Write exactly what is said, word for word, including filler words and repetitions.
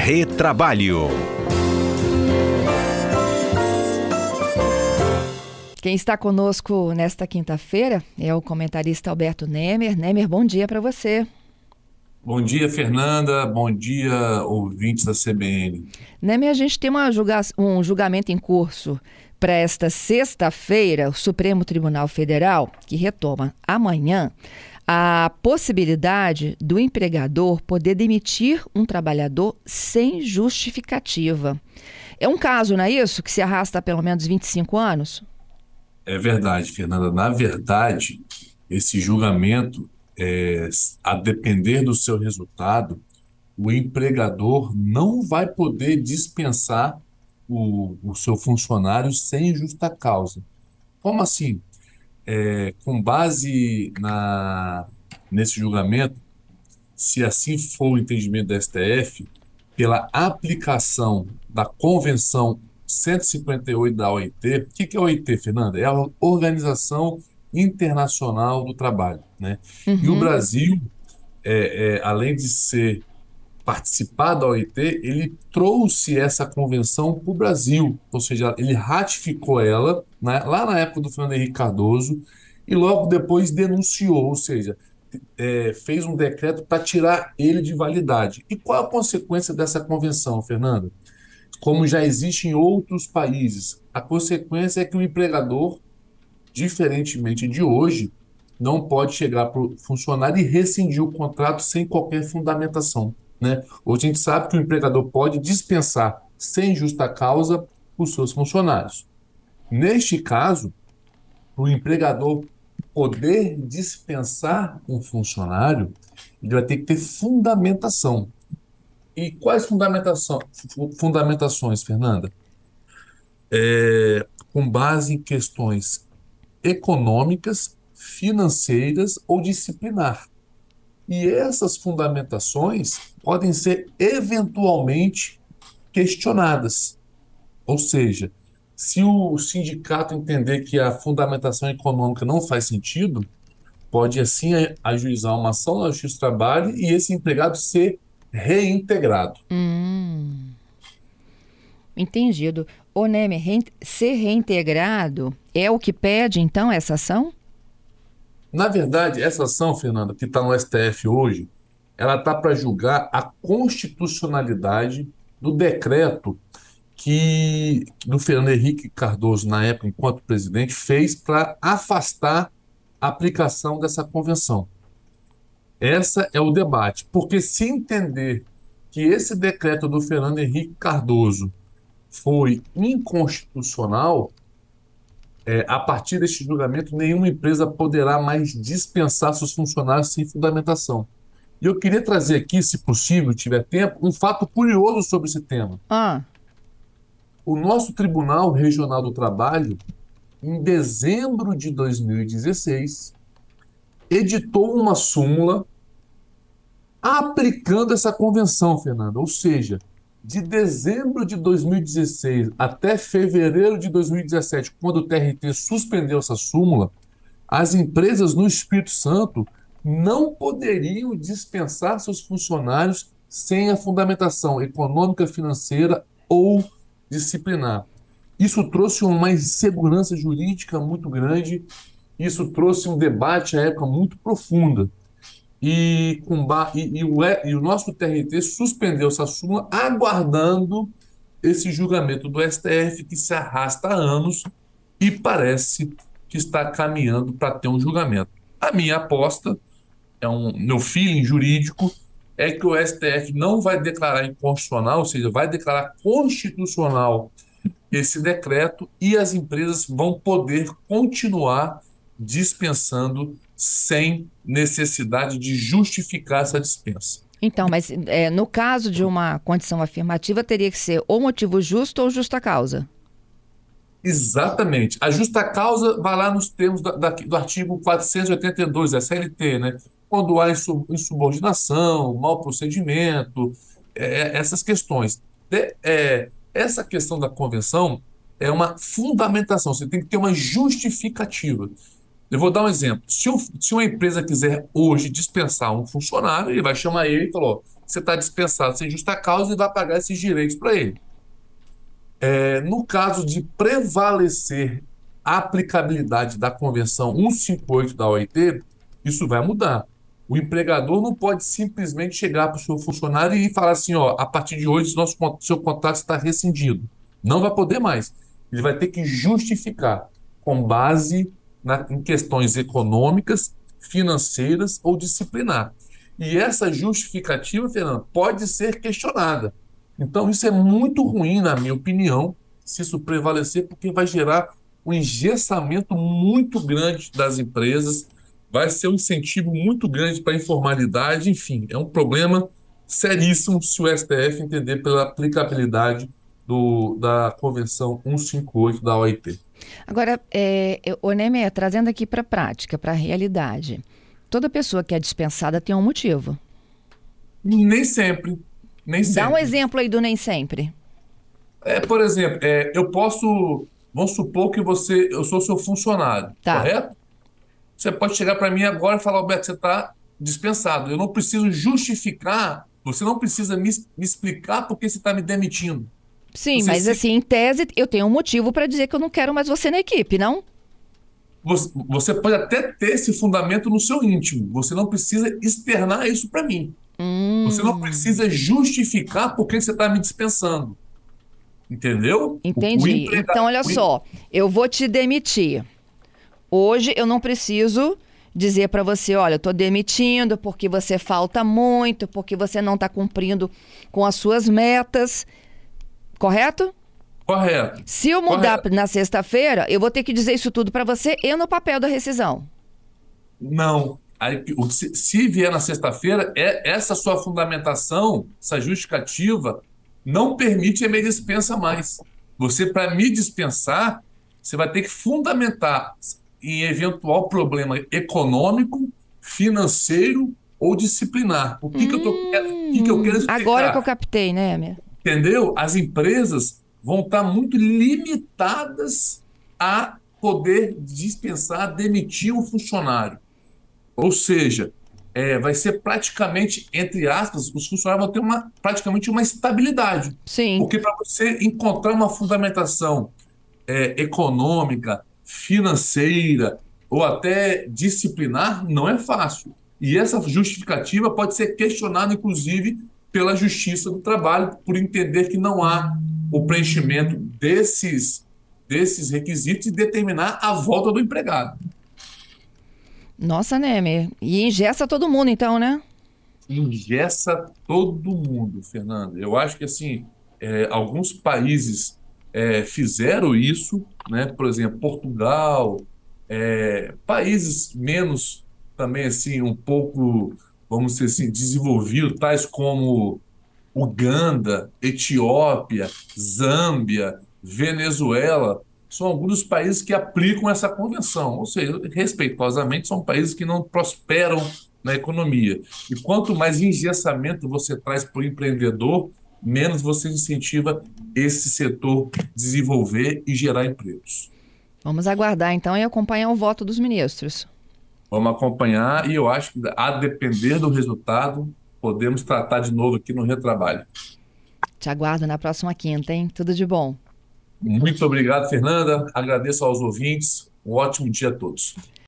Retrabalho. Quem está conosco nesta quinta-feira é o comentarista Alberto Nemer. Nemer, bom dia para você. Bom dia, Fernanda. Bom dia, ouvintes da C B N. Nemer, a gente tem uma julga- um julgamento em curso para esta sexta-feira, o Supremo Tribunal Federal, que retoma amanhã a possibilidade do empregador poder demitir um trabalhador sem justificativa. É um caso, não é isso? Que se arrasta há pelo menos vinte e cinco anos? É verdade, Fernanda. Na verdade, esse julgamento, é, a depender do seu resultado, o empregador não vai poder dispensar o, o seu funcionário sem justa causa. Como assim? É, com base na, nesse julgamento, se assim for o entendimento da S T F, pela aplicação da Convenção cento e cinquenta e oito da O I T. O que que é a O I T, Fernanda? É a Organização Internacional do Trabalho, né? Uhum. E o Brasil, é, é, além de ser participar da O I T, ele trouxe essa convenção para o Brasil, ou seja, ele ratificou ela, né, lá na época do Fernando Henrique Cardoso, e logo depois denunciou, ou seja, é, fez um decreto para tirar ele de validade. E qual a consequência dessa convenção, Fernanda? Como já existe em outros países, a consequência é que o empregador, diferentemente de hoje, não pode chegar para o funcionário e rescindir o contrato sem qualquer fundamentação, né? Hoje a gente sabe que o empregador pode dispensar sem justa causa os seus funcionários. Neste caso, o empregador poder dispensar um funcionário, ele vai ter que ter fundamentação. E quais fundamentação, fundamentações, Fernanda? É, com base em questões econômicas, financeiras ou disciplinar. E essas fundamentações podem ser eventualmente questionadas. Ou seja, se o sindicato entender que a fundamentação econômica não faz sentido, pode assim ajuizar uma ação na Justiça do Trabalho e esse empregado ser reintegrado. Hum, entendido. Ô, Nemer, rein- ser reintegrado é o que pede, então, essa ação? Na verdade, essa ação, Fernanda, que está no S T F hoje, ela está para julgar a constitucionalidade do decreto que do Fernando Henrique Cardoso, na época, enquanto presidente, fez para afastar a aplicação dessa convenção. Essa é o debate, porque se entender que esse decreto do Fernando Henrique Cardoso foi inconstitucional, é, a partir deste julgamento, nenhuma empresa poderá mais dispensar seus funcionários sem fundamentação. E eu queria trazer aqui, se possível, tiver tempo, um fato curioso sobre esse tema. Ah, O nosso Tribunal Regional do Trabalho, em dezembro de dois mil e dezesseis, editou uma súmula aplicando essa convenção, Fernanda. Ou seja, de dezembro de dois mil e dezesseis até fevereiro de dois mil e dezessete, quando o T R T suspendeu essa súmula, as empresas no Espírito Santo não poderiam dispensar seus funcionários sem a fundamentação econômica, financeira ou disciplinar. Isso trouxe uma insegurança jurídica muito grande, isso trouxe um debate à época muito profunda. E, com ba... e, e, o, e o nosso T R T suspendeu essa súmula aguardando esse julgamento do S T F que se arrasta há anos e parece que está caminhando para ter um julgamento. A minha aposta, é um meu feeling jurídico, é que o S T F não vai declarar inconstitucional, ou seja, vai declarar constitucional esse decreto e as empresas vão poder continuar dispensando sem necessidade de justificar essa dispensa. então, mas é, no caso de uma condição afirmativa, teria que ser ou motivo justo ou justa causa. Exatamente. A justa causa vai lá nos termos da, da, do artigo quatrocentos e oitenta e dois da C L T, né? Quando há insu- insubordinação, mau procedimento, é, essas questões. De, é, essa questão da convenção é uma fundamentação, você tem que ter uma justificativa. Eu vou dar um exemplo. Se, um, se uma empresa quiser hoje dispensar um funcionário, ele vai chamar ele e falar: ó, você está dispensado sem justa causa e vai pagar esses direitos para ele. É, no caso de prevalecer a aplicabilidade da Convenção cento e cinquenta e oito da O I T, isso vai mudar. O empregador não pode simplesmente chegar para o seu funcionário e falar assim, ó, a partir de hoje, nosso, seu contrato está rescindido. Não vai poder mais. Ele vai ter que justificar com base na, em questões econômicas, financeiras ou disciplinar. E essa justificativa, Fernando, pode ser questionada. Então, isso é muito ruim, na minha opinião, se isso prevalecer, porque vai gerar um engessamento muito grande das empresas, vai ser um incentivo muito grande para a informalidade, enfim, é um problema seríssimo se o S T F entender pela aplicabilidade do, da Convenção cento e cinquenta e oito da O I T. Agora, é, o Neymar, trazendo aqui para a prática, para a realidade, toda pessoa que é dispensada tem um motivo. Nem sempre. Nem Dá sempre. um exemplo aí do nem sempre. É, por exemplo, é, eu posso, vamos supor que você, eu sou seu funcionário, Tá. correto? Você pode chegar para mim agora e falar, Alberto, você está dispensado. Eu não preciso justificar, você não precisa me, me explicar por que você está me demitindo. Sim, Você mas se- assim, em tese, eu tenho um motivo para dizer que eu não quero mais você na equipe, não? Você, você pode até ter esse fundamento no seu íntimo. Você não precisa externar isso para mim. Você não Hum, precisa justificar por que você está me dispensando. Entendeu? O- o entendi. emprega- Então, olha o em- só, eu vou te demitir. Hoje eu não preciso dizer para você, olha, eu estou demitindo porque você falta muito, porque você não está cumprindo com as suas metas, correto? Correto. Se eu mudar Correto. na sexta-feira, eu vou ter que dizer isso tudo para você e no papel da rescisão. Não. Aí, o que se, se vier na sexta-feira, é essa sua fundamentação, essa justificativa, não permite a minha dispensa mais. Você, para me dispensar, você vai ter que fundamentar em eventual problema econômico, financeiro ou disciplinar. O que, que eu tô, o que, que eu quero Hum, agora que eu explicar? captei, né, Amir? Entendeu? As empresas vão estar muito limitadas a poder dispensar, demitir um funcionário. Ou seja, é, vai ser praticamente, entre aspas, os funcionários vão ter uma, praticamente uma estabilidade. Sim. Porque para você encontrar uma fundamentação é, econômica, financeira ou até disciplinar, não é fácil. E essa justificativa pode ser questionada, inclusive, pela Justiça do Trabalho, por entender que não há o preenchimento desses, desses requisitos e determinar a volta do empregado. Nossa, né, Amir? E engessa todo mundo, então, né? Engessa todo mundo, Fernando. Eu acho que assim, é, alguns países é, fizeram isso, né? Por exemplo, Portugal, é, países menos também assim, um pouco, vamos dizer assim, desenvolvidos, tais como Uganda, Etiópia, Zâmbia, Venezuela, são alguns dos países que aplicam essa convenção, ou seja, respeitosamente, são países que não prosperam na economia. E quanto mais engessamento você traz para o empreendedor, menos você incentiva esse setor desenvolver e gerar empregos. Vamos aguardar, então, e acompanhar o voto dos ministros. Vamos acompanhar e eu acho que, a depender do resultado, podemos tratar de novo aqui no Retrabalho. Te aguardo na próxima quinta, hein? Tudo de bom. Muito obrigado, Fernanda. Agradeço aos ouvintes. Um ótimo dia a todos.